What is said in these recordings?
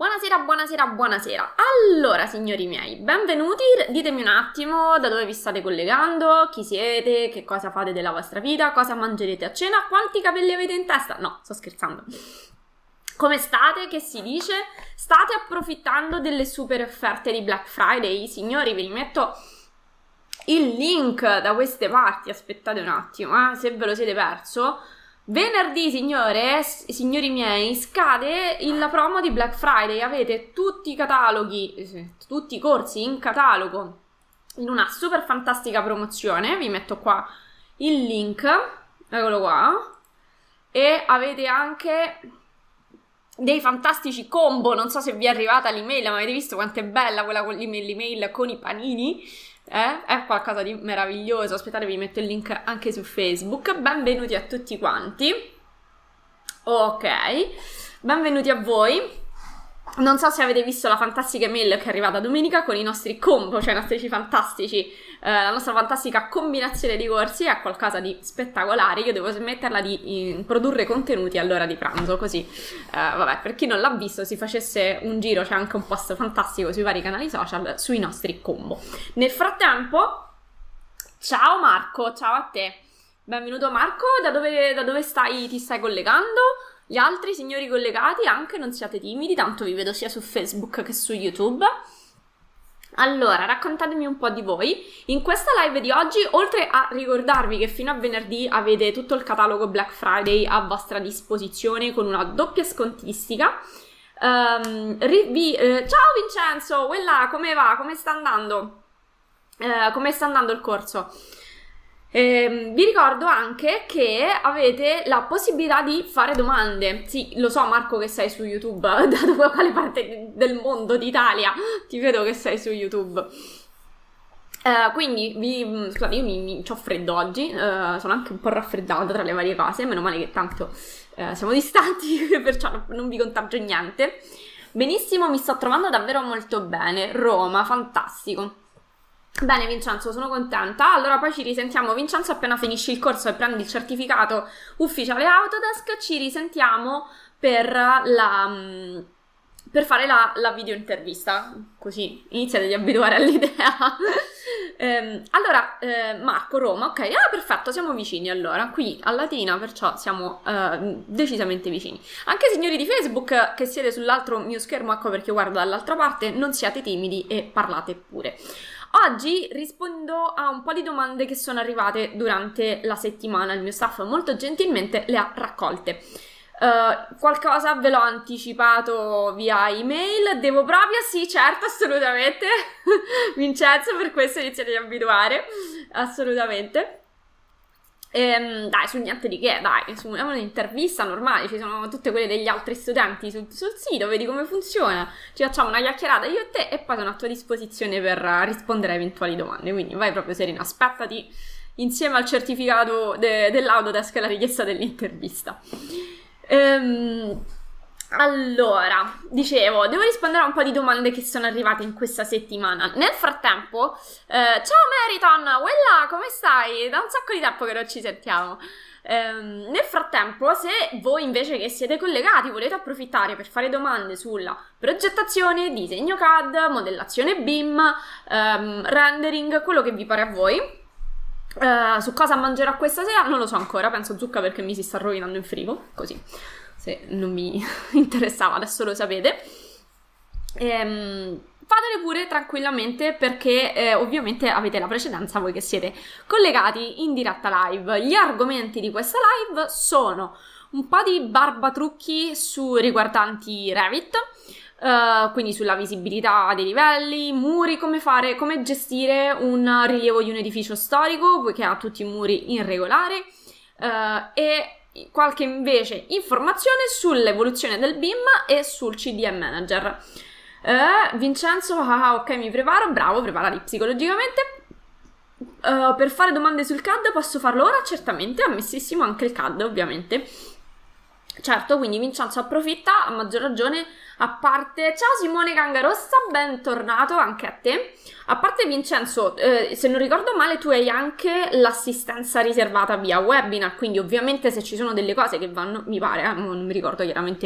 Buonasera, buonasera, buonasera. Allora, signori miei, benvenuti. Ditemi un attimo da dove vi state collegando, chi siete, che cosa fate della vostra vita, cosa mangerete a cena, quanti capelli avete in testa. No, sto scherzando. Come state? Che si dice? State approfittando delle super offerte di Black Friday? Signori, vi metto il link da queste parti. Aspettate un attimo, se ve lo siete perso. Venerdì, signori miei, scade la promo di Black Friday. Avete tutti i cataloghi, tutti i corsi in catalogo in una super fantastica promozione. Vi metto qua il link, eccolo qua, e avete anche dei fantastici combo. Non so se vi è arrivata l'email, ma avete visto quanto è bella quella con l'email con i panini? È qualcosa di meraviglioso. Aspettate, vi metto il link anche su Facebook. Benvenuti a tutti quanti. Ok, benvenuti a voi. Non so se avete visto la fantastica email che è arrivata domenica con i nostri combo, cioè i nostri fantastici, la nostra fantastica combinazione di corsi. È qualcosa di spettacolare. Io devo smetterla di produrre contenuti all'ora di pranzo, così vabbè, per chi non l'ha visto, si facesse un giro, c'è anche un post fantastico sui vari canali social sui nostri combo. Nel frattempo, ciao Marco, ciao a te, benvenuto Marco. Da dove stai? Ti stai collegando? Gli altri signori collegati anche, non siate timidi, tanto vi vedo sia su Facebook che su YouTube. Allora, raccontatemi un po' di voi. In questa live di oggi, oltre a ricordarvi che fino a venerdì avete tutto il catalogo Black Friday a vostra disposizione con una doppia scontistica, ciao Vincenzo, quella come va? Come sta andando? Come sta andando il corso? Vi ricordo anche che avete la possibilità di fare domande. Sì, lo so Marco che sei su YouTube, da quale parte del mondo d'Italia? Ti vedo che sei su YouTube. Quindi, scusate, io c'ho freddo oggi, sono anche un po' raffreddata tra le varie cose, meno male che tanto siamo distanti, perciò non vi contagio niente. Benissimo, mi sto trovando davvero molto bene. Roma, fantastico. Bene Vincenzo, sono contenta. Allora poi ci risentiamo, Vincenzo, appena finisci il corso e prendi il certificato ufficiale Autodesk, ci risentiamo per fare la video intervista, così iniziate ad abituare all'idea. Allora, Marco, Roma, ok, perfetto, siamo vicini allora, qui a Latina, perciò siamo decisamente vicini. Anche signori di Facebook che siete sull'altro mio schermo, ecco perché io guardo dall'altra parte, non siate timidi e parlate pure. Oggi rispondo a un po' di domande che sono arrivate durante la settimana, il mio staff molto gentilmente le ha raccolte. Qualcosa ve l'ho anticipato via email, devo proprio? Sì, certo, assolutamente. Vincenzo, per questo iniziate ad abituare, assolutamente. Dai, su niente di che, dai, su un'intervista normale, ci sono tutte quelle degli altri studenti sul sito, vedi come funziona, ci facciamo una chiacchierata io e te e poi sono a tua disposizione per rispondere a eventuali domande, quindi vai proprio serena, aspettati insieme al certificato dell'Autodesk la richiesta dell'intervista. Allora, dicevo, devo rispondere a un po' di domande che sono arrivate in questa settimana. Nel frattempo, ciao Meriton, quella, come stai? Da un sacco di tempo che non ci sentiamo. Nel frattempo, se voi invece che siete collegati volete approfittare per fare domande sulla progettazione, disegno CAD, modellazione BIM, rendering, quello che vi pare a voi, su cosa mangerò questa sera, non lo so ancora, penso zucca perché mi si sta rovinando in frigo, così. Se non mi interessava, adesso lo sapete. Fatele pure tranquillamente perché ovviamente avete la precedenza voi che siete collegati in diretta live. Gli argomenti di questa live sono un po' di barbatrucchi riguardanti Revit, quindi sulla visibilità dei livelli, muri, come gestire un rilievo di un edificio storico, poiché ha tutti i muri in regolare, e qualche invece informazione sull'evoluzione del BIM e sul CDM Manager. Vincenzo, ok, mi preparo, bravo, preparati psicologicamente. Per fare domande sul CAD posso farlo ora? Certamente, ammississimo anche il CAD ovviamente. Certo, quindi Vincenzo approfitta, a maggior ragione, a parte... Ciao Simone Cangarossa, bentornato anche a te. A parte Vincenzo, se non ricordo male tu hai anche l'assistenza riservata via webinar, quindi ovviamente se ci sono delle cose che vanno, mi pare, non mi ricordo chiaramente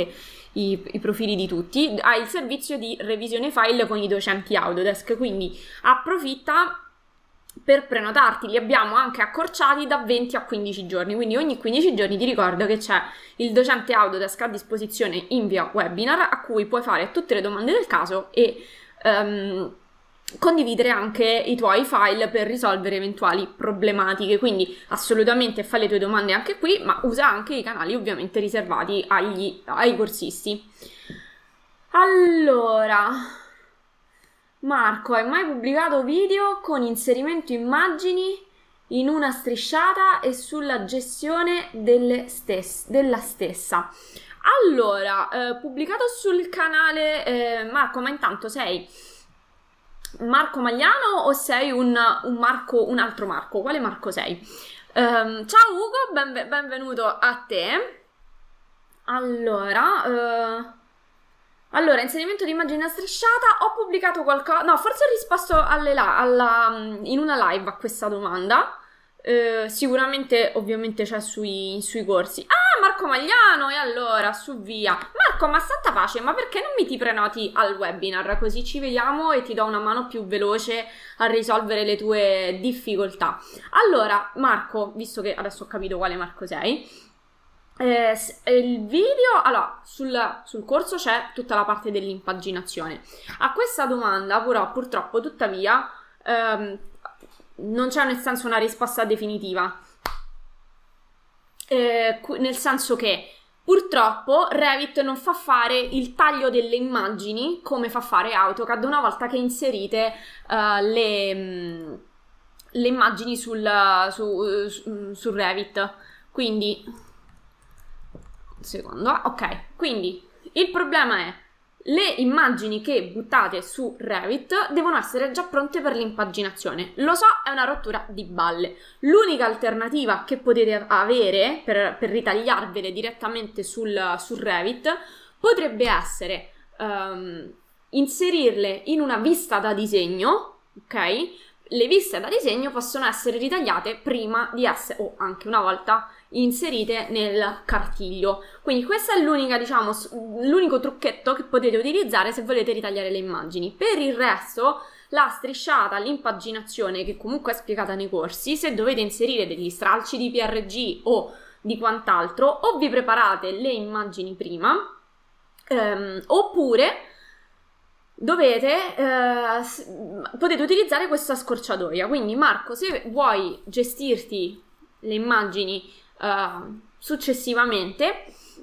i profili di tutti, ha il servizio di revisione file con i docenti Autodesk, quindi approfitta per prenotarti. Li abbiamo anche accorciati da 20 a 15 giorni, quindi ogni 15 giorni ti ricordo che c'è il docente Autodesk a disposizione in via webinar a cui puoi fare tutte le domande del caso e condividere anche i tuoi file per risolvere eventuali problematiche, quindi assolutamente fai le tue domande anche qui, ma usa anche i canali ovviamente riservati ai corsisti. Allora, Marco, hai mai pubblicato video con inserimento immagini in una strisciata e sulla gestione della stessa? Allora, pubblicato sul canale Marco, ma intanto sei Marco Magliano o sei un altro Marco? Quale Marco sei? Ciao Ugo, benvenuto a te. Allora, inserimento di immagine a strisciata, ho pubblicato qualcosa, no, forse ho risposto in una live a questa domanda, sicuramente ovviamente c'è sui corsi. Ah, Marco Magliano, e allora, su via. Marco, ma santa pace, ma perché non ti prenoti al webinar? Così ci vediamo e ti do una mano più veloce a risolvere le tue difficoltà. Allora, Marco, visto che adesso ho capito quale Marco sei, il video, allora, sul corso c'è tutta la parte dell'impaginazione. A questa domanda, però, purtroppo, tuttavia, non c'è nel senso una risposta definitiva. Nel senso che purtroppo Revit non fa fare il taglio delle immagini come fa fare AutoCAD una volta che inserite le immagini su Revit. Quindi, un secondo, ok, quindi il problema è: le immagini che buttate su Revit devono essere già pronte per l'impaginazione. Lo so, è una rottura di balle. L'unica alternativa che potete avere per ritagliarvele direttamente sul Revit potrebbe essere inserirle in una vista da disegno, ok? Le viste da disegno possono essere ritagliate prima di essere, o anche una volta inserite nel cartiglio. Quindi questo è l'unico trucchetto che potete utilizzare se volete ritagliare le immagini. Per il resto, la strisciata, l'impaginazione, che comunque è spiegata nei corsi, se dovete inserire degli stralci di PRG o di quant'altro, o vi preparate le immagini prima, oppure potete utilizzare questa scorciatoia. Quindi Marco, se vuoi gestirti le immagini successivamente,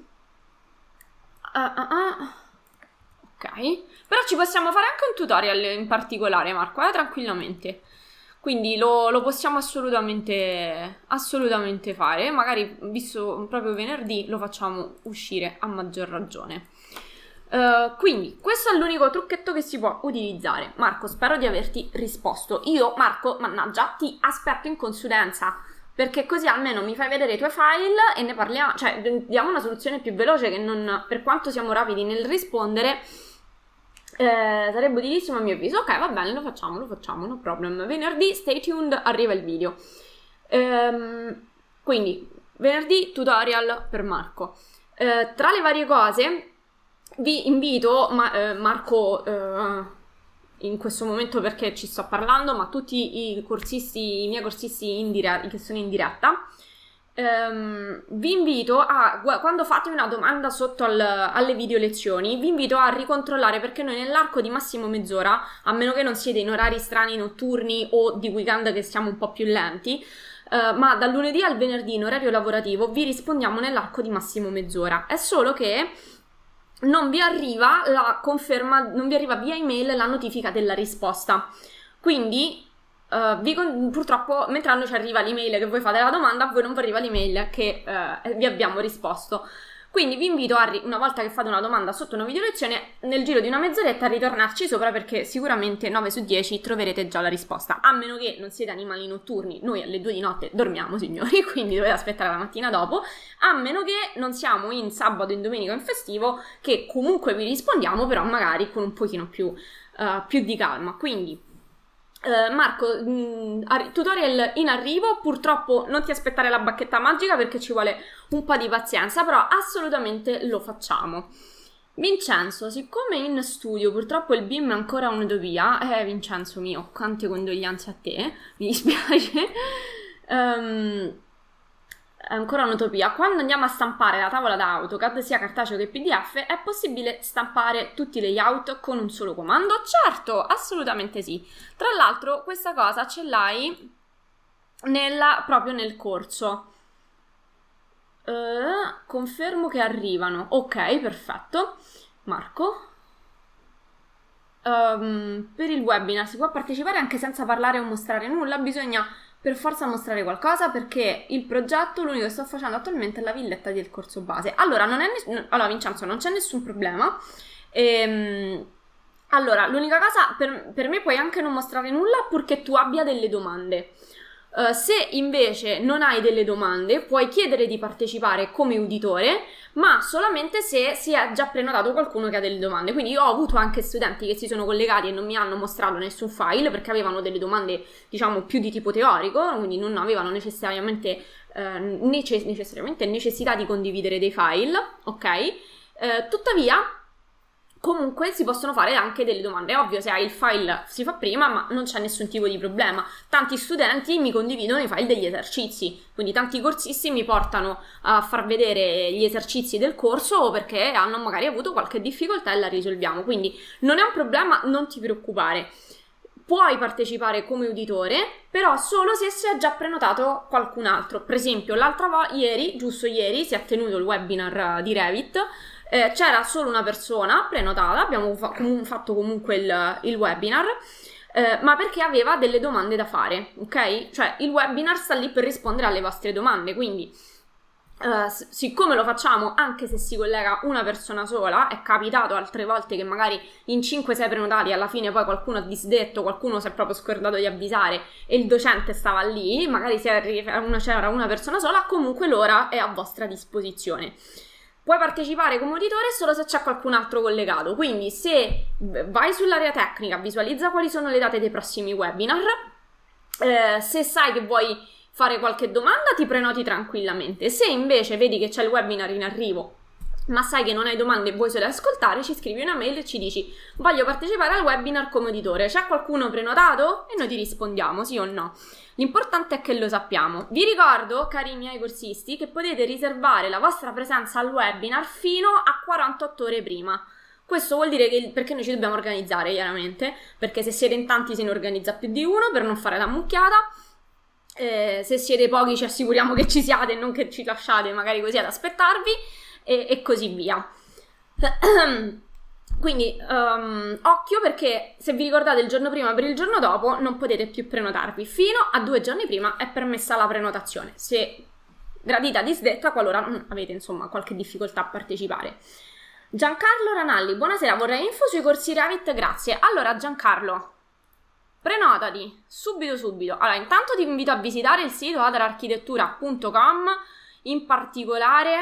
ok, però ci possiamo fare anche un tutorial in particolare, Marco, tranquillamente. Quindi lo possiamo assolutamente fare. Magari, visto proprio venerdì, lo facciamo uscire a maggior ragione. Quindi questo è l'unico trucchetto che si può utilizzare. Marco, spero di averti risposto. Io, Marco, mannaggia, ti aspetto in consulenza, perché così almeno mi fai vedere i tuoi file e ne parliamo, cioè diamo una soluzione più veloce, che non, per quanto siamo rapidi nel rispondere, sarebbe utilissimo a mio avviso. Ok, va bene, lo facciamo, no problem. Venerdì, stay tuned, arriva il video. Quindi venerdì tutorial per Marco. Tra le varie cose vi invito, Marco in questo momento perché ci sto parlando, ma tutti i miei corsisti che sono in diretta, vi invito a, quando fate una domanda sotto alle video lezioni, vi invito a ricontrollare, perché noi nell'arco di massimo mezz'ora, a meno che non siete in orari strani notturni o di weekend che siamo un po' più lenti, ma dal lunedì al venerdì in orario lavorativo vi rispondiamo nell'arco di massimo mezz'ora. È solo che non vi arriva la conferma, non vi arriva via email la notifica della risposta. Quindi purtroppo, mentre a noi ci arriva l'email che voi fate la domanda, a voi non vi arriva l'email che vi abbiamo risposto. Quindi vi invito una volta che fate una domanda sotto una video lezione, nel giro di una mezz'oretta a ritornarci sopra, perché sicuramente 9 su 10 troverete già la risposta, a meno che non siete animali notturni. Noi alle 2 di notte dormiamo, signori, quindi dovete aspettare la mattina dopo, a meno che non siamo in sabato, in domenica o in festivo, che comunque vi rispondiamo, però magari con un pochino più di calma. Quindi Marco, tutorial in arrivo. Purtroppo non ti aspettare la bacchetta magica, perché ci vuole un po' di pazienza, però assolutamente lo facciamo. Vincenzo, siccome in studio purtroppo il BIM è ancora un'utopia, Vincenzo mio, quante condoglianze a te, mi dispiace, è ancora un'utopia. Quando andiamo a stampare la tavola da AutoCAD, sia cartaceo che PDF, è possibile stampare tutti i layout con un solo comando? Certo, assolutamente sì. Tra l'altro questa cosa ce l'hai proprio nel corso. Confermo che arrivano. Ok, perfetto. Marco? Per il webinar si può partecipare anche senza parlare o mostrare nulla? Bisogna per forza mostrare qualcosa, perché il progetto, l'unico che sto facendo attualmente è la villetta del corso base. Allora, allora Vincenzo, non c'è nessun problema. Allora, l'unica cosa, per me puoi anche non mostrare nulla purché tu abbia delle domande. Se invece non hai delle domande, puoi chiedere di partecipare come uditore, ma solamente se si è già prenotato qualcuno che ha delle domande. Quindi io ho avuto anche studenti che si sono collegati e non mi hanno mostrato nessun file perché avevano delle domande, diciamo, più di tipo teorico, quindi non avevano necessariamente necessità di condividere dei file, ok? Tuttavia, comunque si possono fare anche delle domande. È ovvio, se hai il file si fa prima, ma non c'è nessun tipo di problema. Tanti studenti mi condividono i file degli esercizi, quindi tanti corsisti mi portano a far vedere gli esercizi del corso perché hanno magari avuto qualche difficoltà e la risolviamo. Quindi non è un problema, non ti preoccupare. Puoi partecipare come uditore, però solo se si è già prenotato qualcun altro. Per esempio, giusto ieri, si è tenuto il webinar di Revit. C'era solo una persona prenotata, abbiamo fatto comunque il webinar, ma perché aveva delle domande da fare, ok? Cioè il webinar sta lì per rispondere alle vostre domande, quindi siccome lo facciamo anche se si collega una persona sola, è capitato altre volte che magari in 5-6 prenotati alla fine poi qualcuno ha disdetto, qualcuno si è proprio scordato di avvisare e il docente stava lì, magari c'era una persona sola, comunque l'ora è a vostra disposizione. Puoi partecipare come uditore solo se c'è qualcun altro collegato, quindi se vai sull'area tecnica, visualizza quali sono le date dei prossimi webinar, se sai che vuoi fare qualche domanda ti prenoti tranquillamente, se invece vedi che c'è il webinar in arrivo ma sai che non hai domande e vuoi solo ascoltare, ci scrivi una mail e ci dici voglio partecipare al webinar come uditore, c'è qualcuno prenotato? E noi ti rispondiamo sì o no. L'importante è che lo sappiamo. Vi ricordo, cari miei corsisti, che potete riservare la vostra presenza al webinar fino a 48 ore prima. Questo vuol dire che, perché noi ci dobbiamo organizzare chiaramente, perché se siete in tanti se ne organizza più di uno per non fare la mucchiata. Se siete pochi ci assicuriamo che ci siate e non che ci lasciate magari così ad aspettarvi e così via. Quindi occhio, perché se vi ricordate il giorno prima per il giorno dopo non potete più prenotarvi. Fino a 2 giorni prima è permessa la prenotazione, se gradita disdetta qualora non avete insomma qualche difficoltà a partecipare. Giancarlo Ranalli, buonasera, vorrei info sui corsi Revit, grazie. Allora Giancarlo, prenotati subito. Allora, intanto ti invito a visitare il sito adararchitettura.com, in particolare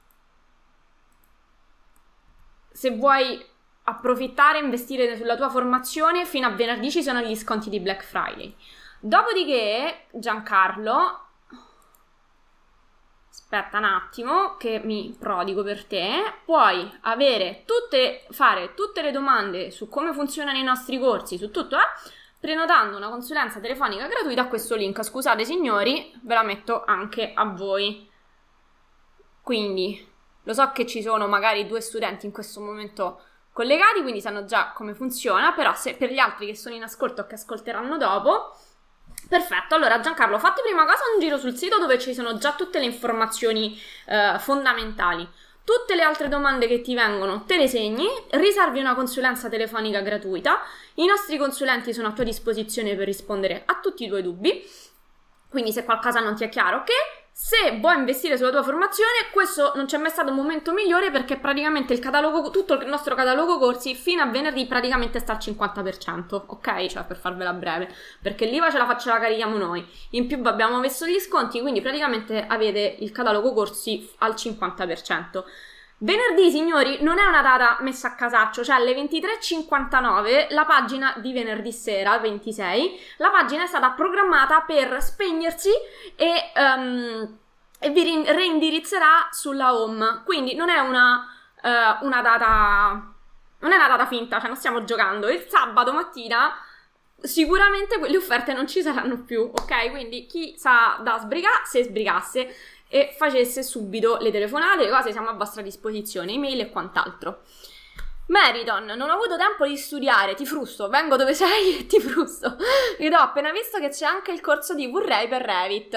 se vuoi approfittare e investire sulla tua formazione, fino a venerdì ci sono gli sconti di Black Friday. Dopodiché, Giancarlo, aspetta un attimo che mi prodigo per te, puoi fare tutte le domande su come funzionano i nostri corsi, su tutto, prenotando una consulenza telefonica gratuita a questo link. Scusate signori, ve la metto anche a voi. Quindi, lo so che ci sono magari 2 studenti in questo momento collegati, quindi sanno già come funziona, però se per gli altri che sono in ascolto o che ascolteranno dopo, perfetto. Allora Giancarlo, fatti prima cosa un giro sul sito dove ci sono già tutte le informazioni fondamentali. Tutte le altre domande che ti vengono te le segni, riservi una consulenza telefonica gratuita, i nostri consulenti sono a tua disposizione per rispondere a tutti i tuoi dubbi, quindi se qualcosa non ti è chiaro, ok? Se vuoi investire sulla tua formazione, questo non c'è mai stato un momento migliore, perché praticamente tutto il nostro catalogo corsi fino a venerdì praticamente sta al 50%, ok? Cioè, per farvela breve, perché l'IVA ce la carichiamo noi, in più abbiamo messo gli sconti, quindi praticamente avete il catalogo corsi al 50%. Venerdì, signori, non è una data messa a casaccio, cioè alle 23:59 la pagina di venerdì sera, 26, la pagina è stata programmata per spegnersi e vi reindirizzerà sulla home, quindi non è una una data, non è una data finta, cioè non stiamo giocando, il sabato mattina sicuramente quelle offerte non ci saranno più, ok? Quindi chi sa da sbrigare, se sbrigasse e facesse subito le telefonate, le cose, siamo a vostra disposizione, email e quant'altro. Meriton, non ho avuto tempo di studiare, ti frusto, vengo dove sei e ti frusto. Io ho appena visto che c'è anche il corso di Vorrei per Revit.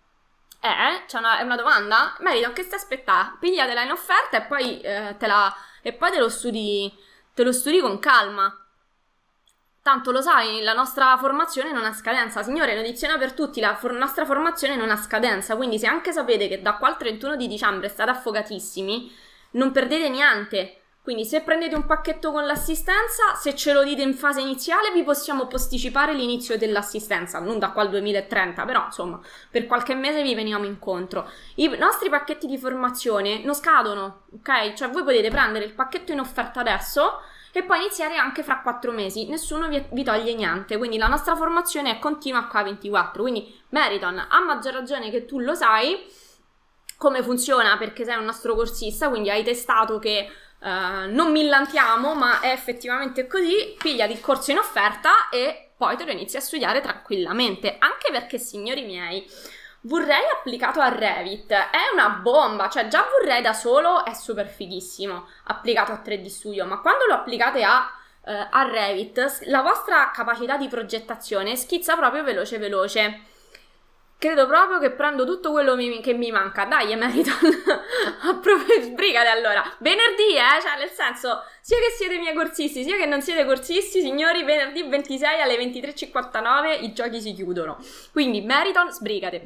È una domanda? Meriton, che stai aspettando? Pigliatela in offerta e poi, te lo studi con calma. Tanto lo sai, la nostra formazione non ha scadenza. Signore, notiziona per tutti, nostra formazione non ha scadenza, quindi se anche sapete che da qua al 31 di dicembre state affogatissimi, non perdete niente. Quindi se prendete un pacchetto con l'assistenza, se ce lo dite in fase iniziale, vi possiamo posticipare l'inizio dell'assistenza, non da qua al 2030, però insomma, per qualche mese vi veniamo incontro. I nostri pacchetti di formazione non scadono, ok? Cioè voi potete prendere il pacchetto in offerta adesso e poi iniziare anche fra 4 mesi, nessuno vi toglie niente, quindi la nostra formazione è continua qua a 24, quindi Meriton, a maggior ragione che tu lo sai come funziona perché sei un nostro corsista, quindi hai testato che non millantiamo, ma è effettivamente così, pigliati il corso in offerta e poi te lo inizi a studiare tranquillamente, anche perché, signori miei, Vorrei applicato a Revit è una bomba, cioè già Vorrei da solo è super fighissimo applicato a 3D Studio, ma quando lo applicate a Revit la vostra capacità di progettazione schizza proprio veloce veloce. Credo proprio che prendo tutto quello che mi manca. Dai, Emeriton, sbrigate allora. Venerdì, cioè nel senso, sia che siete miei corsisti, sia che non siete corsisti, signori, venerdì 26 alle 23:59 i giochi si chiudono. Quindi, Meriton, sbrigate.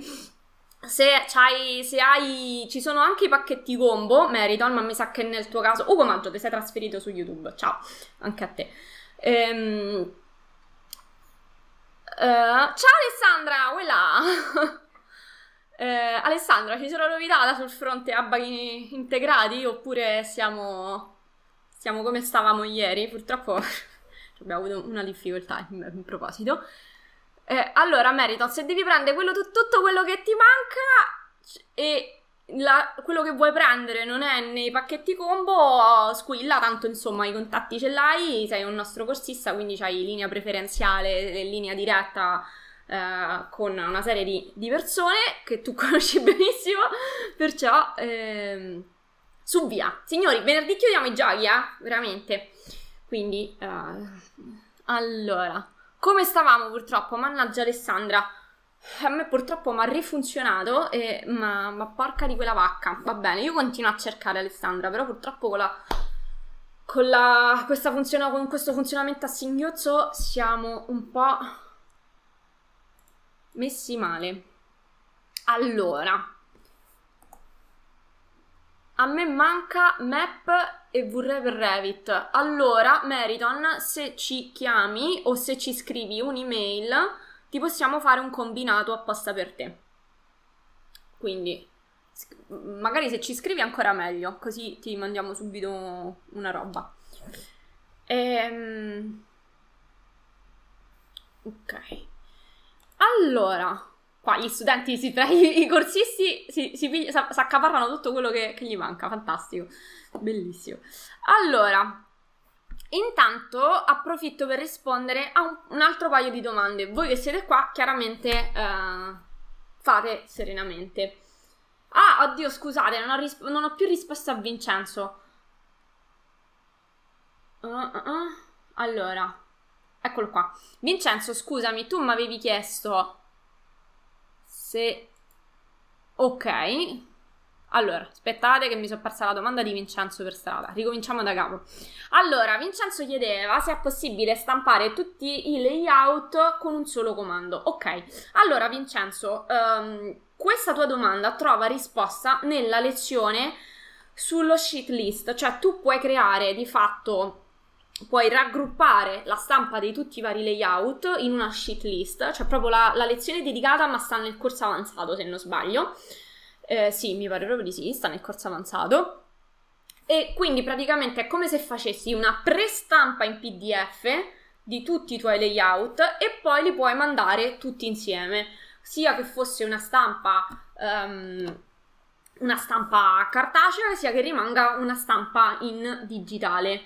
Ci sono anche i pacchetti combo, Meriton, ma mi sa che nel tuo caso... Ugo Maggio, ti sei trasferito su YouTube. Ciao, anche a te. Ciao Alessandra, voilà. Alessandra, ci sono novità sul fronte abaghi integrati oppure siamo come stavamo ieri? Purtroppo abbiamo avuto una difficoltà in proposito. Allora, Meriton, se devi prendere tutto quello che ti manca e quello che vuoi prendere non è nei pacchetti combo, squilla, tanto insomma i contatti ce l'hai, sei un nostro corsista, quindi c'hai linea preferenziale, linea diretta con una serie di persone che tu conosci benissimo, perciò su via. Signori, venerdì chiudiamo i giochi, veramente. Quindi, allora, come stavamo purtroppo? Mannaggia Alessandra. A me purtroppo mi ha rifunzionato, ma porca di quella vacca. Va bene, io continuo a cercare Alessandra, però purtroppo con questo funzionamento a singhiozzo siamo un po' messi male. Allora, a me manca Map e Vorrei per Revit. Allora, Meriton, se ci chiami o se ci scrivi un'email ti possiamo fare un combinato apposta per te. Quindi magari se ci scrivi ancora meglio, così ti mandiamo subito una roba. Ok, allora qua gli studenti, i corsisti si accaparrano tutto quello che gli manca. Fantastico, bellissimo. Allora, intanto approfitto per rispondere a un altro paio di domande. Voi che siete qua, chiaramente fate serenamente. Ah, oddio, scusate, non ho più risposto a Vincenzo. Allora, eccolo qua. Vincenzo, scusami, tu mi avevi chiesto se... Ok. Allora, aspettate che mi sono persa la domanda di Vincenzo per strada. Ricominciamo da capo. Allora, Vincenzo chiedeva se è possibile stampare tutti i layout con un solo comando. Ok, allora Vincenzo, questa tua domanda trova risposta nella lezione sullo sheet list. Cioè tu puoi creare di fatto... Puoi raggruppare la stampa di tutti i vari layout in una sheet list. Cioè proprio la lezione dedicata, ma sta nel corso avanzato se non sbaglio. Sì, mi pare proprio di sì, sta nel corso avanzato. E quindi praticamente è come se facessi una prestampa in PDF di tutti i tuoi layout e poi li puoi mandare tutti insieme, sia che fosse una stampa una stampa cartacea sia che rimanga una stampa in digitale.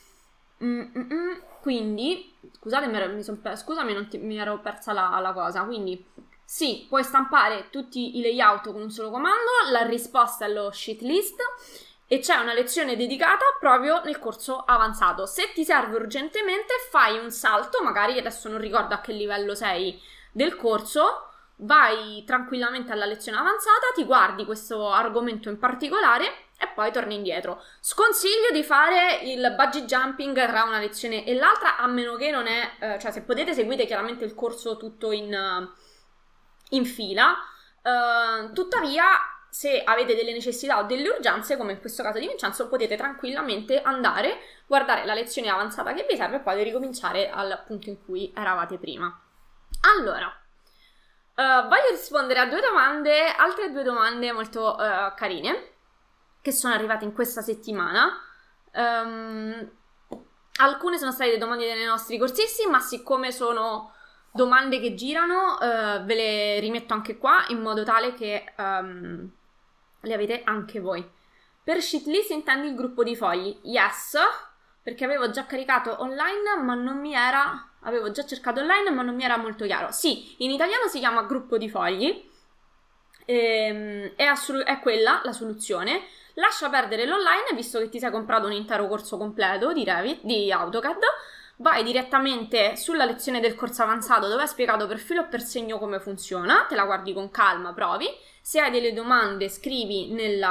Quindi, scusate, scusami, mi ero persa la cosa. Quindi, sì, puoi stampare tutti i layout con un solo comando. La risposta è lo sheet list e c'è una lezione dedicata proprio nel corso avanzato. Se ti serve urgentemente, fai un salto, magari adesso non ricordo a che livello sei del corso, vai tranquillamente alla lezione avanzata, ti guardi questo argomento in particolare e poi torni indietro. Sconsiglio di fare il bungee jumping tra una lezione e l'altra, a meno che non è, cioè se potete seguite chiaramente il corso tutto in fila, tuttavia se avete delle necessità o delle urgenze, come in questo caso di Vincenzo, potete tranquillamente andare, guardare la lezione avanzata che vi serve e poi ricominciare al punto in cui eravate prima. Allora, voglio rispondere a altre due domande molto carine che sono arrivate in questa settimana. Alcune sono state domande dei nostri corsisti, ma siccome sono domande che girano, ve le rimetto anche qua in modo tale che le avete anche voi. Per sheet list intendi il gruppo di fogli? Yes, perché avevo già caricato online, ma non mi era... Avevo già cercato online, ma non mi era molto chiaro. Sì, in italiano si chiama gruppo di fogli, è quella la soluzione. Lascia perdere l'online, visto che ti sei comprato un intero corso completo di Revit, di AutoCAD. Vai direttamente sulla lezione del corso avanzato dove è spiegato per filo e per segno come funziona, te la guardi con calma, provi. Se hai delle domande scrivi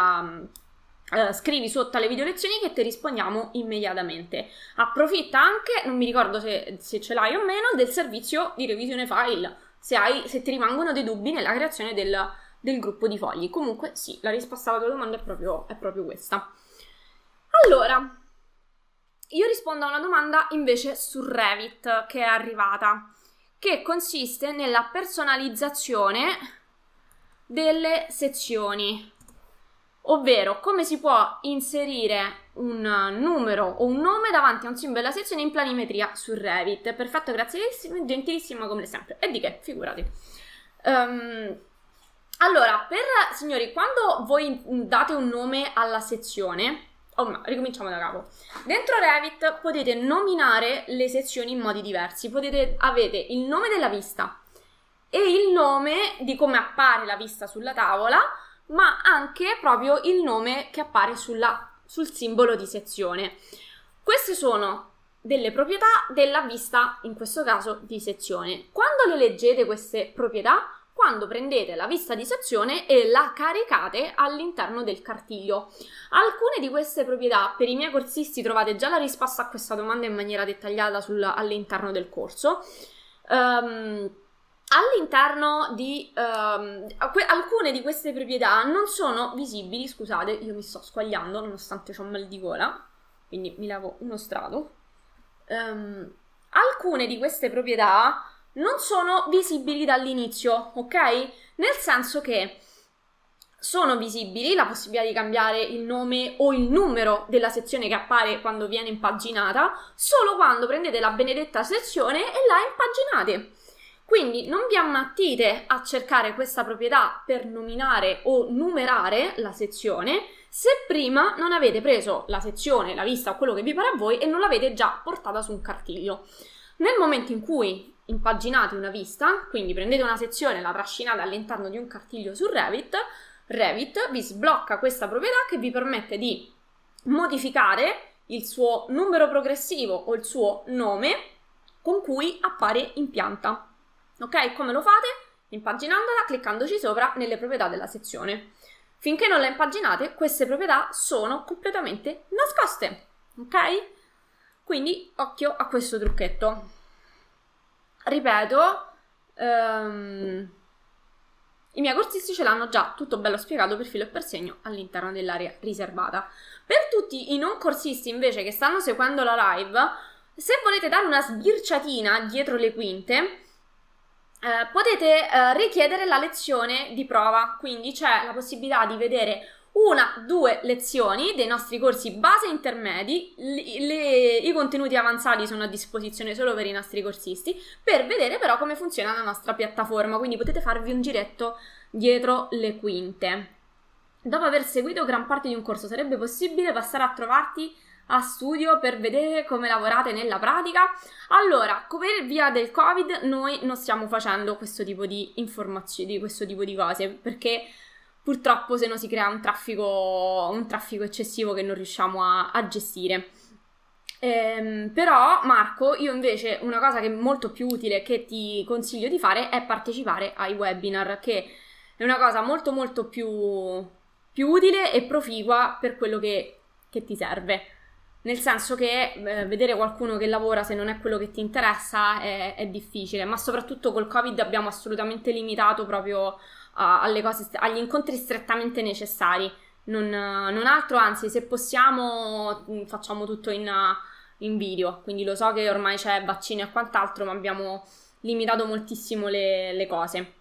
sotto alle video lezioni che ti rispondiamo immediatamente. Approfitta anche, non mi ricordo se ce l'hai o meno, del servizio di revisione file, se ti rimangono dei dubbi nella creazione del gruppo di fogli. Comunque sì, la risposta alla tua domanda è proprio questa. Allora, io rispondo a una domanda invece su Revit che è arrivata, che consiste nella personalizzazione delle sezioni, ovvero come si può inserire un numero o un nome davanti a un simbolo della sezione in planimetria su Revit. Perfetto, grazie, gentilissima come sempre. E di che, figurati. Allora, signori, quando voi date un nome alla sezione... ricominciamo da capo. Dentro Revit potete nominare le sezioni in modi diversi. Avete il nome della vista e il nome di come appare la vista sulla tavola, ma anche proprio il nome che appare sul simbolo di sezione. Queste sono delle proprietà della vista, in questo caso di sezione. Quando le leggete queste proprietà? Quando prendete la vista di sezione e la caricate all'interno del cartiglio. Alcune di queste proprietà, per i miei corsisti trovate già la risposta a questa domanda in maniera dettagliata all'interno del corso. All'interno di alcune di queste proprietà non sono visibili, scusate, io mi sto squagliando nonostante ho mal di gola, quindi mi levo uno strato. Alcune di queste proprietà non sono visibili dall'inizio, ok? Nel senso che sono visibili la possibilità di cambiare il nome o il numero della sezione che appare quando viene impaginata solo quando prendete la benedetta sezione e la impaginate. Quindi non vi ammattite a cercare questa proprietà per nominare o numerare la sezione se prima non avete preso la sezione, la vista o quello che vi pare a voi e non l'avete già portata su un cartiglio. Nel momento in cui impaginate una vista, quindi prendete una sezione e la trascinate all'interno di un cartiglio su Revit vi sblocca questa proprietà che vi permette di modificare il suo numero progressivo o il suo nome con cui appare in pianta. Ok? Come lo fate? Impaginandola, cliccandoci sopra nelle proprietà della sezione. Finché non la impaginate, queste proprietà sono completamente nascoste. Ok? Quindi occhio a questo trucchetto. Ripeto, i miei corsisti ce l'hanno già tutto bello spiegato per filo e per segno all'interno dell'area riservata. Per tutti i non corsisti invece che stanno seguendo la live, se volete dare una sbirciatina dietro le quinte, potete richiedere la lezione di prova, quindi c'è la possibilità di vedere 1-2 lezioni dei nostri corsi base e intermedi. I contenuti avanzati sono a disposizione solo per i nostri corsisti, per vedere però come funziona la nostra piattaforma, quindi potete farvi un giretto dietro le quinte. Dopo aver seguito gran parte di un corso, sarebbe possibile passare a trovarti a studio per vedere come lavorate nella pratica? Allora, per via del Covid noi non stiamo facendo questo tipo di informazioni, questo tipo di cose, perché purtroppo se no si crea un traffico eccessivo che non riusciamo a gestire. Però Marco, io invece una cosa che è molto più utile che ti consiglio di fare è partecipare ai webinar, che è una cosa molto molto più utile e proficua per quello che ti serve. Nel senso che vedere qualcuno che lavora, se non è quello che ti interessa, è difficile, ma soprattutto col Covid abbiamo assolutamente limitato proprio alle cose, agli incontri strettamente necessari, non altro, anzi se possiamo facciamo tutto in video, quindi lo so che ormai c'è vaccini e quant'altro, ma abbiamo limitato moltissimo le cose.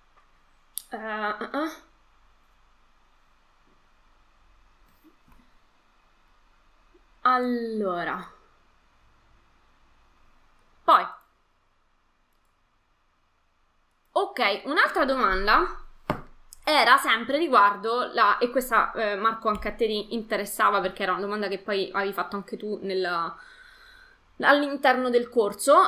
Allora, poi, ok, un'altra domanda era sempre riguardo e questa Marco anche a te ti interessava perché era una domanda che poi avevi fatto anche tu all'interno del corso,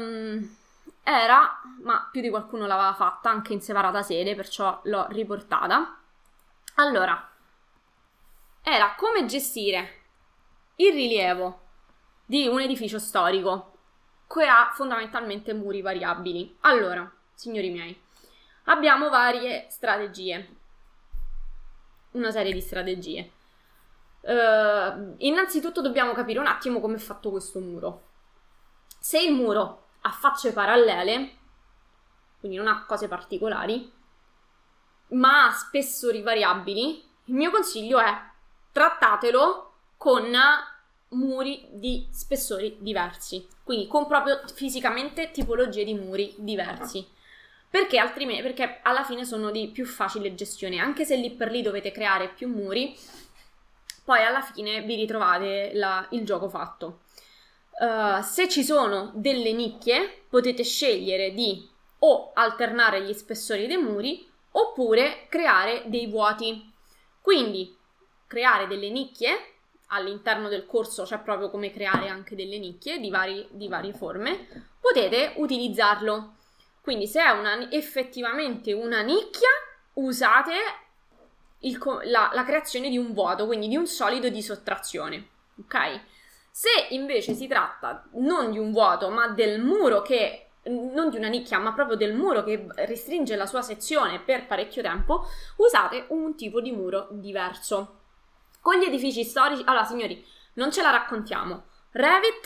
ma più di qualcuno l'aveva fatta anche in separata sede, perciò l'ho riportata. Allora, era come gestire il rilievo di un edificio storico che ha fondamentalmente muri variabili. Allora, signori miei, abbiamo varie strategie, una serie di strategie. Innanzitutto dobbiamo capire un attimo come è fatto questo muro. Se il muro ha facce parallele, quindi non ha cose particolari, ma ha spessori variabili, il mio consiglio è trattatelo con muri di spessori diversi, quindi con proprio fisicamente tipologie di muri diversi, perché altrimenti, perché alla fine sono di più facile gestione, anche se lì per lì dovete creare più muri, poi alla fine vi ritrovate il gioco fatto. Se ci sono delle nicchie potete scegliere di o alternare gli spessori dei muri oppure creare dei vuoti, quindi creare delle nicchie. All'interno del corso c'è proprio come creare anche delle nicchie di varie forme, potete utilizzarlo. Quindi se è effettivamente una nicchia, usate la creazione di un vuoto, quindi di un solido di sottrazione, ok? Se invece si tratta non di un vuoto, ma del muro non di una nicchia, ma proprio del muro che restringe la sua sezione per parecchio tempo, usate un tipo di muro diverso. Con gli edifici storici, allora signori, non ce la raccontiamo. Revit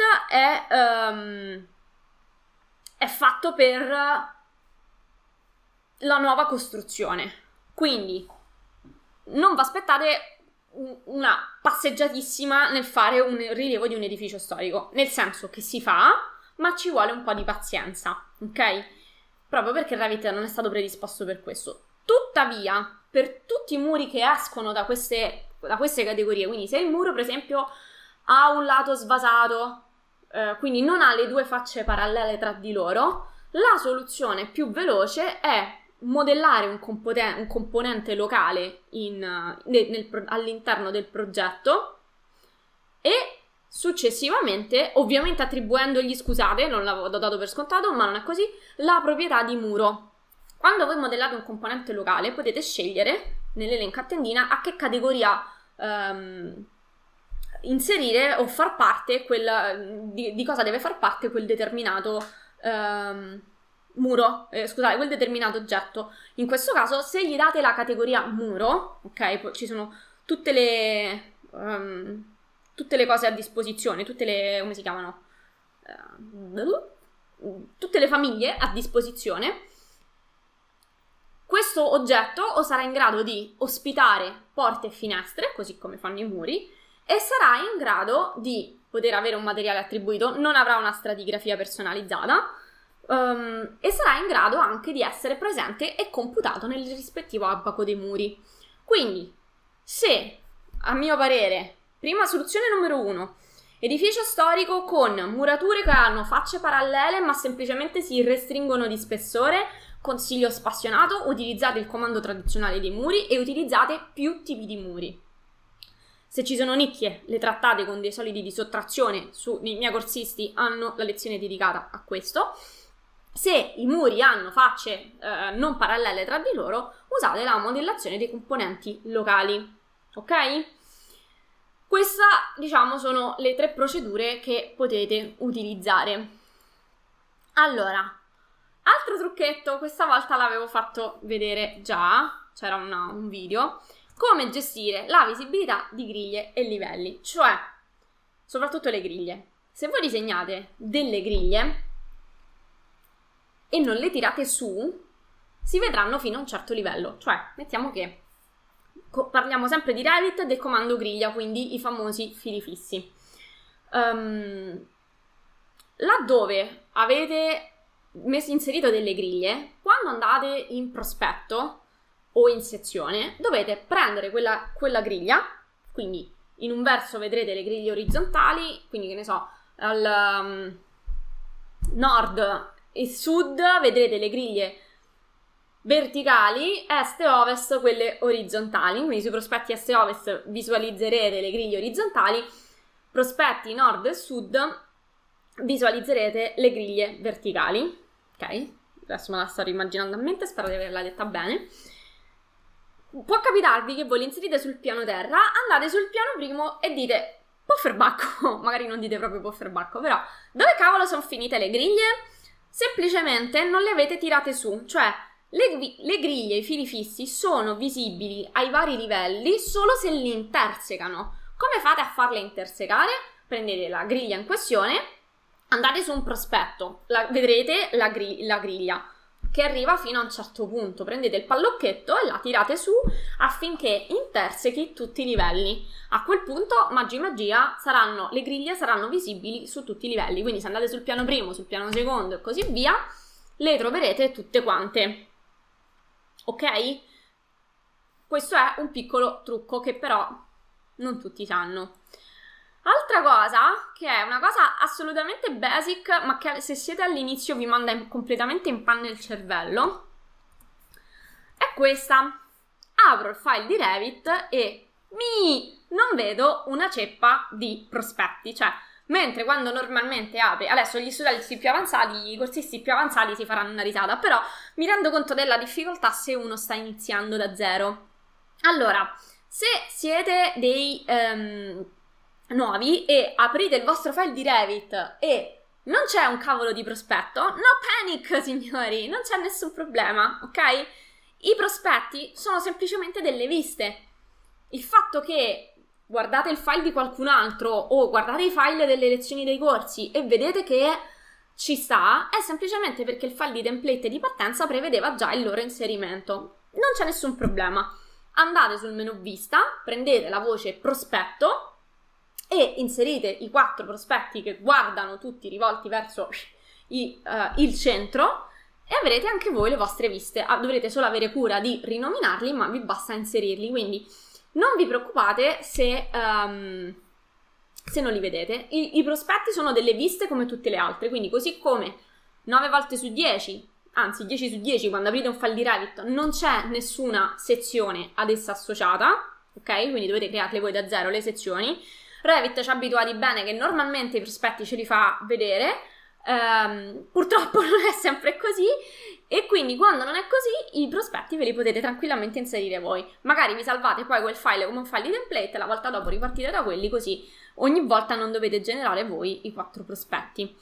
è fatto per la nuova costruzione, quindi non vi aspettate una passeggiatissima nel fare un rilievo di un edificio storico, nel senso che si fa, ma ci vuole un po' di pazienza, ok? Proprio perché Revit non è stato predisposto per questo. Tuttavia, per tutti i muri che escono da queste categorie, quindi se il muro per esempio ha un lato svasato, quindi non ha le due facce parallele tra di loro, la soluzione più veloce è modellare un componente locale all'interno del progetto e successivamente, ovviamente attribuendogli, scusate, non l'avevo dato per scontato, ma non è così, la proprietà di muro. Quando voi modellate un componente locale potete scegliere nell'elenco a tendina a che categoria inserire o far parte di cosa deve far parte quel determinato quel determinato oggetto. In questo caso, se gli date la categoria muro, ok, ci sono tutte le cose a disposizione, come si chiamano? Tutte le famiglie a disposizione. Questo oggetto o sarà in grado di ospitare porte e finestre, così come fanno i muri, e sarà in grado di poter avere un materiale attribuito, non avrà una stratigrafia personalizzata, e sarà in grado anche di essere presente e computato nel rispettivo abaco dei muri. Quindi, se, a mio parere, prima soluzione numero 1, edificio storico con murature che hanno facce parallele ma semplicemente si restringono di spessore, consiglio spassionato, utilizzate il comando tradizionale dei muri e utilizzate più tipi di muri. Se ci sono nicchie, le trattate con dei solidi di sottrazione, i miei corsisti hanno la lezione dedicata a questo. Se i muri hanno facce non parallele tra di loro, usate la modellazione dei componenti locali, ok? Queste, diciamo, sono le 3 procedure che potete utilizzare. Allora, altro trucchetto, questa volta l'avevo fatto vedere già, c'era un video, come gestire la visibilità di griglie e livelli, cioè, soprattutto le griglie. Se voi disegnate delle griglie e non le tirate su, si vedranno fino a un certo livello, cioè, mettiamo che parliamo sempre di Revit, del comando griglia, quindi i famosi fili fissi. Laddove avete inserito delle griglie, quando andate in prospetto o in sezione, dovete prendere quella griglia, quindi in un verso vedrete le griglie orizzontali, quindi che ne so, al nord e sud vedrete le griglie verticali, est e ovest quelle orizzontali, quindi sui prospetti est e ovest visualizzerete le griglie orizzontali, prospetti nord e sud visualizzerete le griglie verticali, ok? Adesso me la sto immaginando a mente, spero di averla detta bene. Può capitarvi che voi le inserite sul piano terra, andate sul piano primo e dite pofferbacco, magari non dite proprio pofferbacco, però dove cavolo sono finite le griglie? Semplicemente non le avete tirate su, cioè le griglie, i fili fissi sono visibili ai vari livelli solo se li intersecano. Come fate a farle intersecare? Prendete la griglia in questione, andate su un prospetto, vedrete la griglia che arriva fino a un certo punto, prendete il pallocchetto e la tirate su affinché intersechi tutti i livelli. A quel punto, magia, le griglie saranno visibili su tutti i livelli, quindi se andate sul piano primo, sul piano secondo e così via, le troverete tutte quante. Ok? Questo è un piccolo trucco che però non tutti sanno. Altra cosa, che è una cosa assolutamente basic, ma che se siete all'inizio vi manda completamente in panne il cervello, è questa. Apro il file di Revit e non vedo una ceppa di prospetti, cioè mentre quando normalmente apri, adesso gli studenti più avanzati, i corsisti più avanzati si faranno una risata, però mi rendo conto della difficoltà se uno sta iniziando da zero. Allora, se siete dei nuovi e aprite il vostro file di Revit e non c'è un cavolo di prospetto, no panic signori, non c'è nessun problema, ok? I prospetti sono semplicemente delle viste. Il fatto che guardate il file di qualcun altro o guardate i file delle lezioni dei corsi e vedete che ci sta è semplicemente perché il file di template di partenza prevedeva già il loro inserimento. Non c'è nessun problema. Andate sul menu vista, prendete la voce prospetto e inserite i 4 prospetti che guardano tutti rivolti verso il centro e avrete anche voi le vostre viste. Dovrete solo avere cura di rinominarli, ma vi basta inserirli, quindi non vi preoccupate se non li vedete. I prospetti sono delle viste come tutte le altre, quindi così come 9 volte su 10, anzi 10 su 10 quando aprite un file di Revit non c'è nessuna sezione ad essa associata, ok? Quindi dovete crearle voi da zero le sezioni. Revit ci ha abituati bene che normalmente i prospetti ce li fa vedere, purtroppo non è sempre così e quindi quando non è così i prospetti ve li potete tranquillamente inserire voi. Magari vi salvate poi quel file come un file di template e la volta dopo ripartite da quelli, così ogni volta non dovete generare voi i 4 prospetti.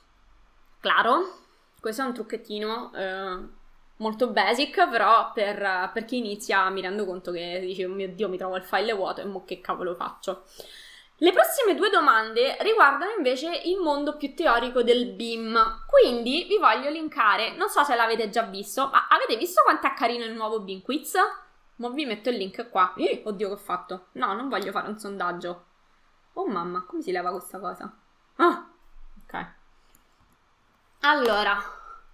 Claro? Questo è un trucchettino molto basic, però per chi inizia mi rendo conto che dice: oh mio Dio, mi trovo il file vuoto e mo che cavolo faccio? Le prossime 2 domande riguardano invece il mondo più teorico del BIM, quindi vi voglio linkare, non so se l'avete già visto, ma avete visto quanto è carino il nuovo BIM Quiz? Ma vi metto il link qua. Oddio, che ho fatto? No, non voglio fare un sondaggio. Oh mamma, come si leva questa cosa? Ah, ok. Allora,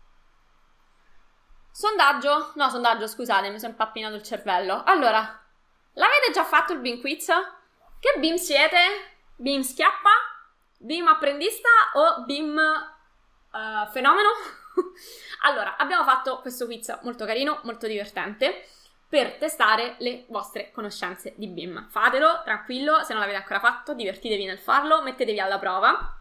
sondaggio, scusate, mi sono impappinato il cervello. Allora, l'avete già fatto il BIM Quiz? Che BIM siete? BIM schiappa? BIM apprendista o BIM fenomeno. Allora, abbiamo fatto questo quiz molto carino, molto divertente, per testare le vostre conoscenze di BIM. Fatelo, tranquillo, se non l'avete ancora fatto, divertitevi nel farlo, mettetevi alla prova,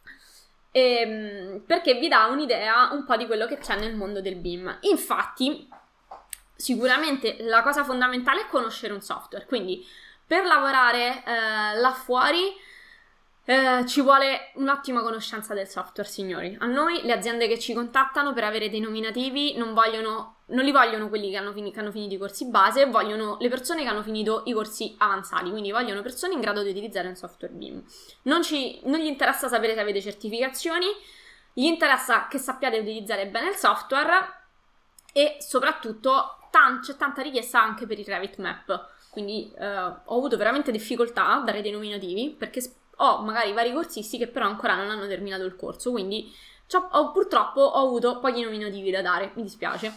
perché vi dà un'idea un po' di quello che c'è nel mondo del BIM. Infatti, sicuramente la cosa fondamentale è conoscere un software, quindi per lavorare là fuori ci vuole un'ottima conoscenza del software, signori. A noi le aziende che ci contattano per avere dei nominativi non li vogliono quelli che hanno finito i corsi base, vogliono le persone che hanno finito i corsi avanzati, quindi vogliono persone in grado di utilizzare un software BIM. Non gli interessa sapere se avete certificazioni, gli interessa che sappiate utilizzare bene il software e soprattutto c'è tanta richiesta anche per il Revit Map. Quindi ho avuto veramente difficoltà a dare dei nominativi perché ho magari vari corsisti che però ancora non hanno terminato il corso, quindi purtroppo ho avuto pochi nominativi da dare, mi dispiace.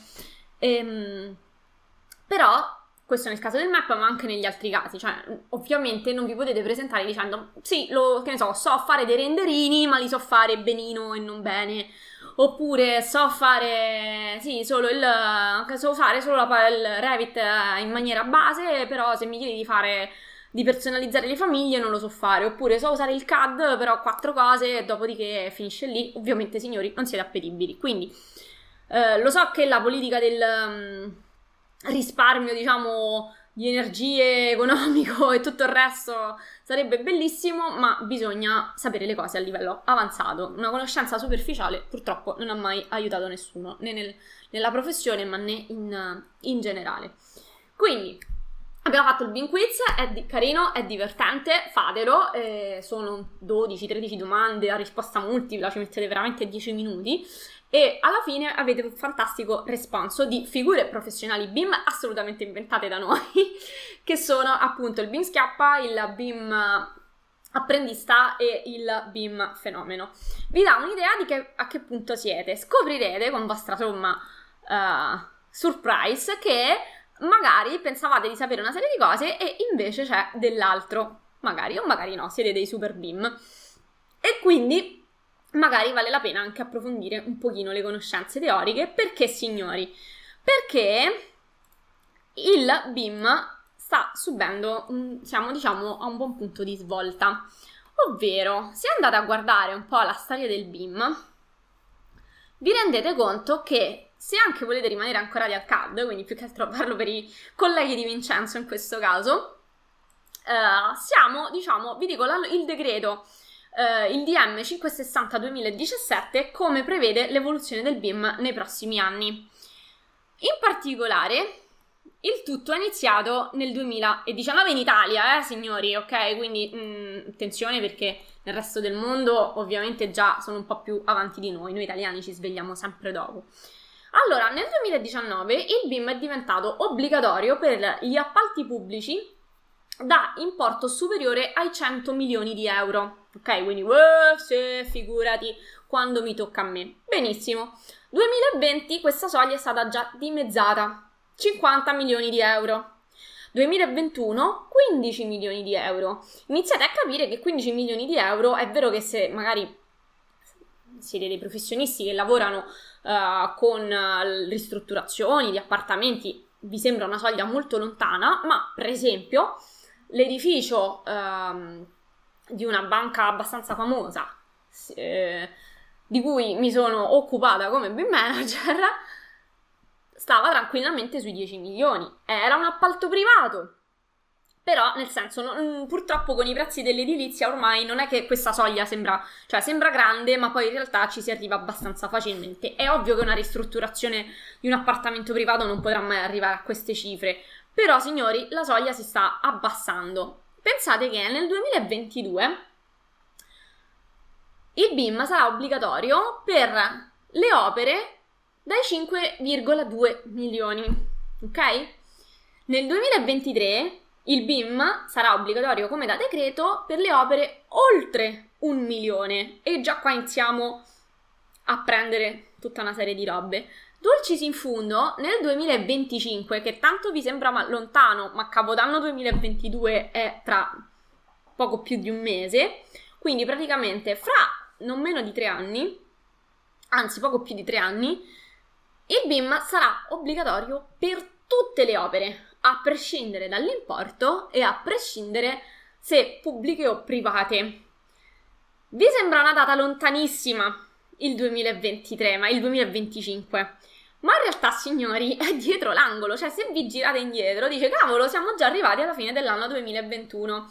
Però questo nel caso del map, ma anche negli altri casi, cioè ovviamente non vi potete presentare dicendo sì, che ne so fare dei renderini, ma li so fare benino e non bene, oppure so fare solo il Revit in maniera base, però se mi chiedi di personalizzare le famiglie non lo so fare, oppure so usare il CAD, però 4 cose e dopodiché finisce lì. Ovviamente, signori, non siete appetibili. Quindi lo so che la politica del risparmio, diciamo, di energie, economico e tutto il resto sarebbe bellissimo, ma bisogna sapere le cose a livello avanzato. Una conoscenza superficiale purtroppo non ha mai aiutato nessuno, né nella professione, ma né in generale. Quindi abbiamo fatto il BIM quiz, è carino, è divertente, fatelo, sono 12-13 domande a risposta multipla, ci mettete veramente 10 minuti e alla fine avete un fantastico responso di figure professionali BIM assolutamente inventate da noi, che sono appunto il BIM Schiappa, il BIM apprendista e il BIM fenomeno. Vi dà un'idea di a che punto siete, scoprirete con vostra somma surprise che magari pensavate di sapere una serie di cose e invece c'è dell'altro, magari o magari no, siete dei super BIM e quindi magari vale la pena anche approfondire un pochino le conoscenze teoriche. Perché, signori? Perché il BIM sta subendo siamo diciamo a un buon punto di svolta, ovvero se andate a guardare un po' la storia del BIM vi rendete conto che se anche volete rimanere ancorati al CAD, quindi più che altro parlo per i colleghi di Vincenzo in questo caso, diciamo, vi dico il decreto, il DM 560-2017, come prevede l'evoluzione del BIM nei prossimi anni. In particolare, il tutto è iniziato nel 2019 in Italia, signori, ok? Quindi attenzione perché nel resto del mondo ovviamente già sono un po' più avanti di noi italiani ci svegliamo sempre dopo. Allora, nel 2019 il BIM è diventato obbligatorio per gli appalti pubblici da importo superiore ai 100 milioni di euro. Ok, quindi se figurati quando mi tocca a me. Benissimo. 2020 questa soglia è stata già dimezzata, 50 milioni di euro. 2021 15 milioni di euro. Iniziate a capire che 15 milioni di euro è vero che se magari siete dei professionisti che lavorano con ristrutturazioni di appartamenti vi sembra una soglia molto lontana, ma per esempio l'edificio di una banca abbastanza famosa di cui mi sono occupata come BIM manager stava tranquillamente sui 10 milioni. Era un appalto privato, però nel senso purtroppo con i prezzi dell'edilizia ormai non è che questa soglia sembra grande, ma poi in realtà ci si arriva abbastanza facilmente. È ovvio che una ristrutturazione di un appartamento privato non potrà mai arrivare a queste cifre, però signori la soglia si sta abbassando. Pensate che nel 2022 il BIM sarà obbligatorio per le opere dai 5,2 milioni, ok? Nel 2023 il BIM sarà obbligatorio come da decreto per le opere oltre 1 milione e già qua iniziamo a prendere tutta una serie di robe. Dulcis in fundo, nel 2025, che tanto vi sembra lontano, ma Capodanno 2022 è tra poco più di un mese, quindi praticamente fra non meno di 3 anni anzi poco più di 3 anni, il BIM sarà obbligatorio per tutte le opere, a prescindere dall'importo e a prescindere se pubbliche o private. Vi sembra una data lontanissima il 2023, ma il 2025? Ma in realtà, signori, è dietro l'angolo, cioè se vi girate indietro, dice cavolo, siamo già arrivati alla fine dell'anno 2021.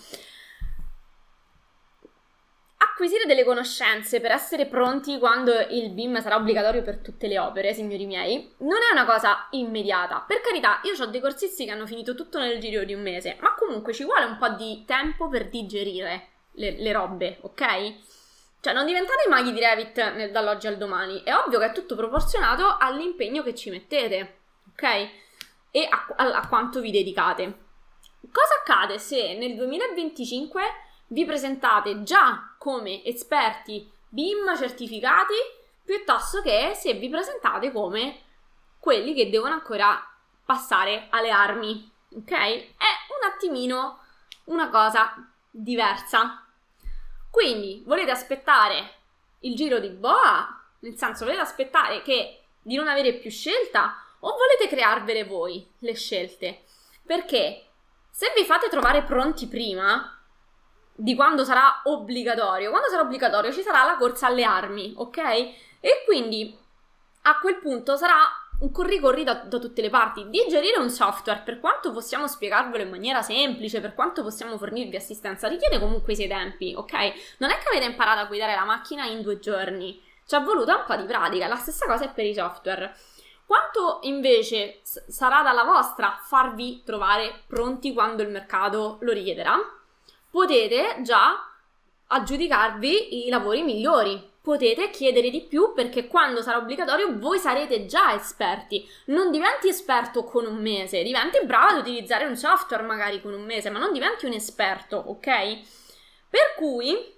Acquisire delle conoscenze per essere pronti quando il BIM sarà obbligatorio per tutte le opere, signori miei, non è una cosa immediata. Per carità, io ho dei corsisti che hanno finito tutto nel giro di un mese, ma comunque ci vuole un po' di tempo per digerire le robe, ok? Cioè, non diventate maghi di Revit dall'oggi al domani. È ovvio che è tutto proporzionato all'impegno che ci mettete, ok? E a quanto vi dedicate. Cosa accade se nel 2025 vi presentate già come esperti BIM certificati, piuttosto che se vi presentate come quelli che devono ancora passare alle armi, ok? È un attimino una cosa diversa. Quindi volete aspettare il giro di boa? Nel senso, volete aspettare di non avere più scelta? O volete crearvele voi le scelte? Perché se vi fate trovare pronti prima di quando sarà obbligatorio ci sarà la corsa alle armi, ok? E quindi a quel punto sarà un corri-corri da tutte le parti. Digerire un software, per quanto possiamo spiegarvelo in maniera semplice, per quanto possiamo fornirvi assistenza, richiede comunque i suoi tempi, ok? Non è che avete imparato a guidare la macchina in 2 giorni, ci è voluta un po' di pratica. La stessa cosa è per i software. Quanto invece sarà dalla vostra farvi trovare pronti quando il mercato lo richiederà? Potete già aggiudicarvi i lavori migliori, potete chiedere di più, perché quando sarà obbligatorio voi sarete già esperti. Non diventi esperto con un mese, diventi bravo ad utilizzare un software magari con un mese, ma non diventi un esperto, ok? Per cui,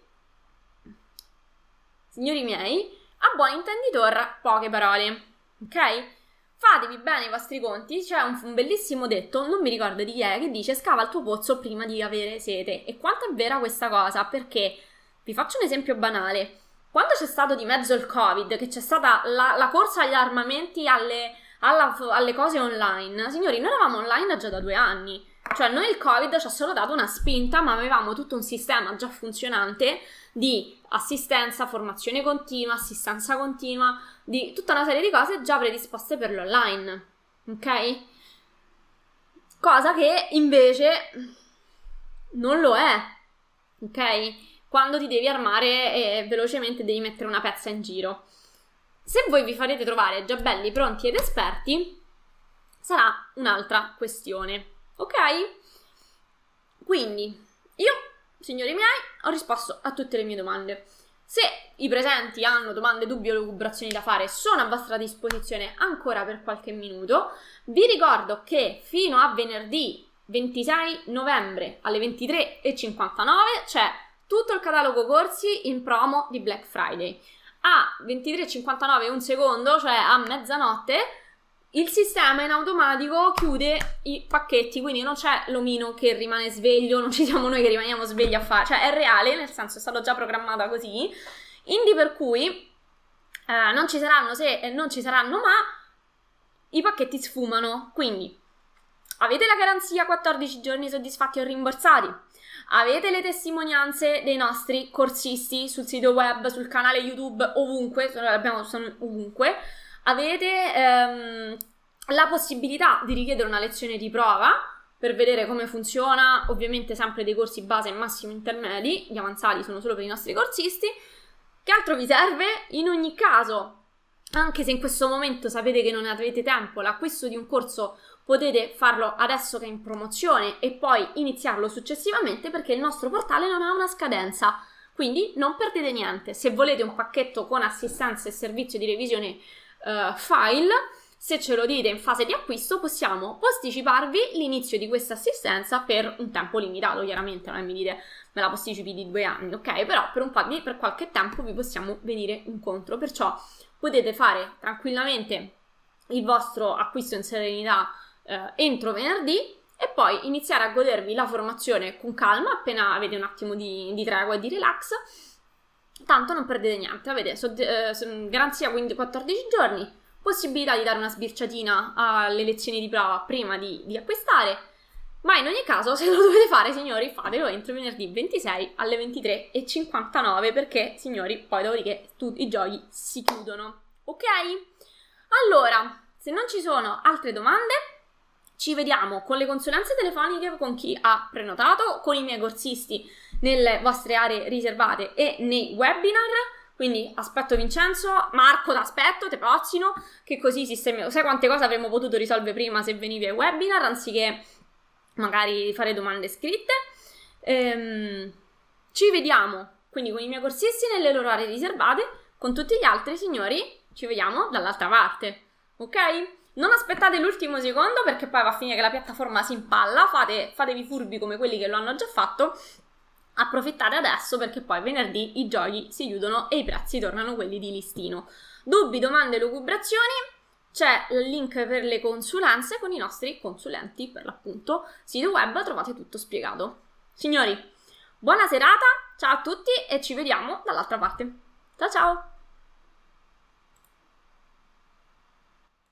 signori miei, a buon intenditor poche parole, ok? Fatevi bene i vostri conti. C'è un bellissimo detto, non mi ricordo di chi è, che dice scava il tuo pozzo prima di avere sete. E quanto è vera questa cosa? Perché vi faccio un esempio banale. Quando c'è stato di mezzo il Covid, che c'è stata la corsa agli armamenti, alle cose online, signori, noi eravamo online già da 2 anni. Cioè noi il Covid ci ha solo dato una spinta, ma avevamo tutto un sistema già funzionante di assistenza, formazione continua, assistenza continua, di tutta una serie di cose già predisposte per l'online, ok? Cosa che invece non lo è, ok? Quando ti devi armare e velocemente devi mettere una pezza in giro. Se voi vi farete trovare già belli, pronti ed esperti, sarà un'altra questione, ok? Quindi, io, signori miei, ho risposto a tutte le mie domande. Se i presenti hanno domande, dubbi o lucubrazioni da fare, sono a vostra disposizione ancora per qualche minuto. Vi ricordo che fino a venerdì 26 novembre alle 23:59 c'è tutto il catalogo corsi in promo di Black Friday. A 23:59 un secondo, cioè a mezzanotte, il sistema in automatico chiude i pacchetti, quindi non c'è l'omino che rimane sveglio, non ci siamo noi che rimaniamo svegli a fare, cioè è reale, nel senso è stato già programmata così, quindi per cui non ci saranno se e non ci saranno ma, i pacchetti sfumano, quindi avete la garanzia 14 giorni soddisfatti o rimborsati, avete le testimonianze dei nostri corsisti sul sito web, sul canale YouTube, ovunque, sono ovunque. Avete la possibilità di richiedere una lezione di prova per vedere come funziona, ovviamente sempre dei corsi base e massimo intermedi, gli avanzati sono solo per i nostri corsisti. Che altro vi serve? In ogni caso, anche se in questo momento sapete che non avete tempo, l'acquisto di un corso potete farlo adesso che è in promozione e poi iniziarlo successivamente, perché il nostro portale non ha una scadenza, quindi non perdete niente. Se volete un pacchetto con assistenza e servizio di revisione file, se ce lo dite in fase di acquisto possiamo posticiparvi l'inizio di questa assistenza per un tempo limitato, chiaramente non mi dite me la posticipi di 2 anni, ok? Però per qualche tempo vi possiamo venire incontro, perciò potete fare tranquillamente il vostro acquisto in serenità entro venerdì e poi iniziare a godervi la formazione con calma appena avete un attimo di tregua e di relax. tanto non perdete niente, avete garanzia quindi 14 giorni, possibilità di dare una sbirciatina alle lezioni di prova prima di acquistare, ma in ogni caso se lo dovete fare, signori, fatelo entro venerdì 26 alle 23:59 perché, signori, poi dopodiché i giochi si chiudono, ok? Allora, se non ci sono altre domande, ci vediamo con le consulenze telefoniche con chi ha prenotato, con i miei corsisti nelle vostre aree riservate e nei webinar. Quindi aspetto Vincenzo, Marco t'aspetto, te prossimo, che così sistemiamo. Sai quante cose avremmo potuto risolvere prima se venivi ai webinar, anziché magari fare domande scritte. Ci vediamo quindi con i miei corsisti nelle loro aree riservate, con tutti gli altri, signori, ci vediamo dall'altra parte, ok? Non aspettate l'ultimo secondo perché poi va a finire che la piattaforma si impalla, fatevi furbi come quelli che lo hanno già fatto, approfittate adesso perché poi venerdì i giochi si chiudono e i prezzi tornano quelli di listino. Dubbi, domande, lucubrazioni? C'è il link per le consulenze con i nostri consulenti, per l'appunto, sito web, trovate tutto spiegato. Signori, buona serata, ciao a tutti e ci vediamo dall'altra parte. Ciao ciao!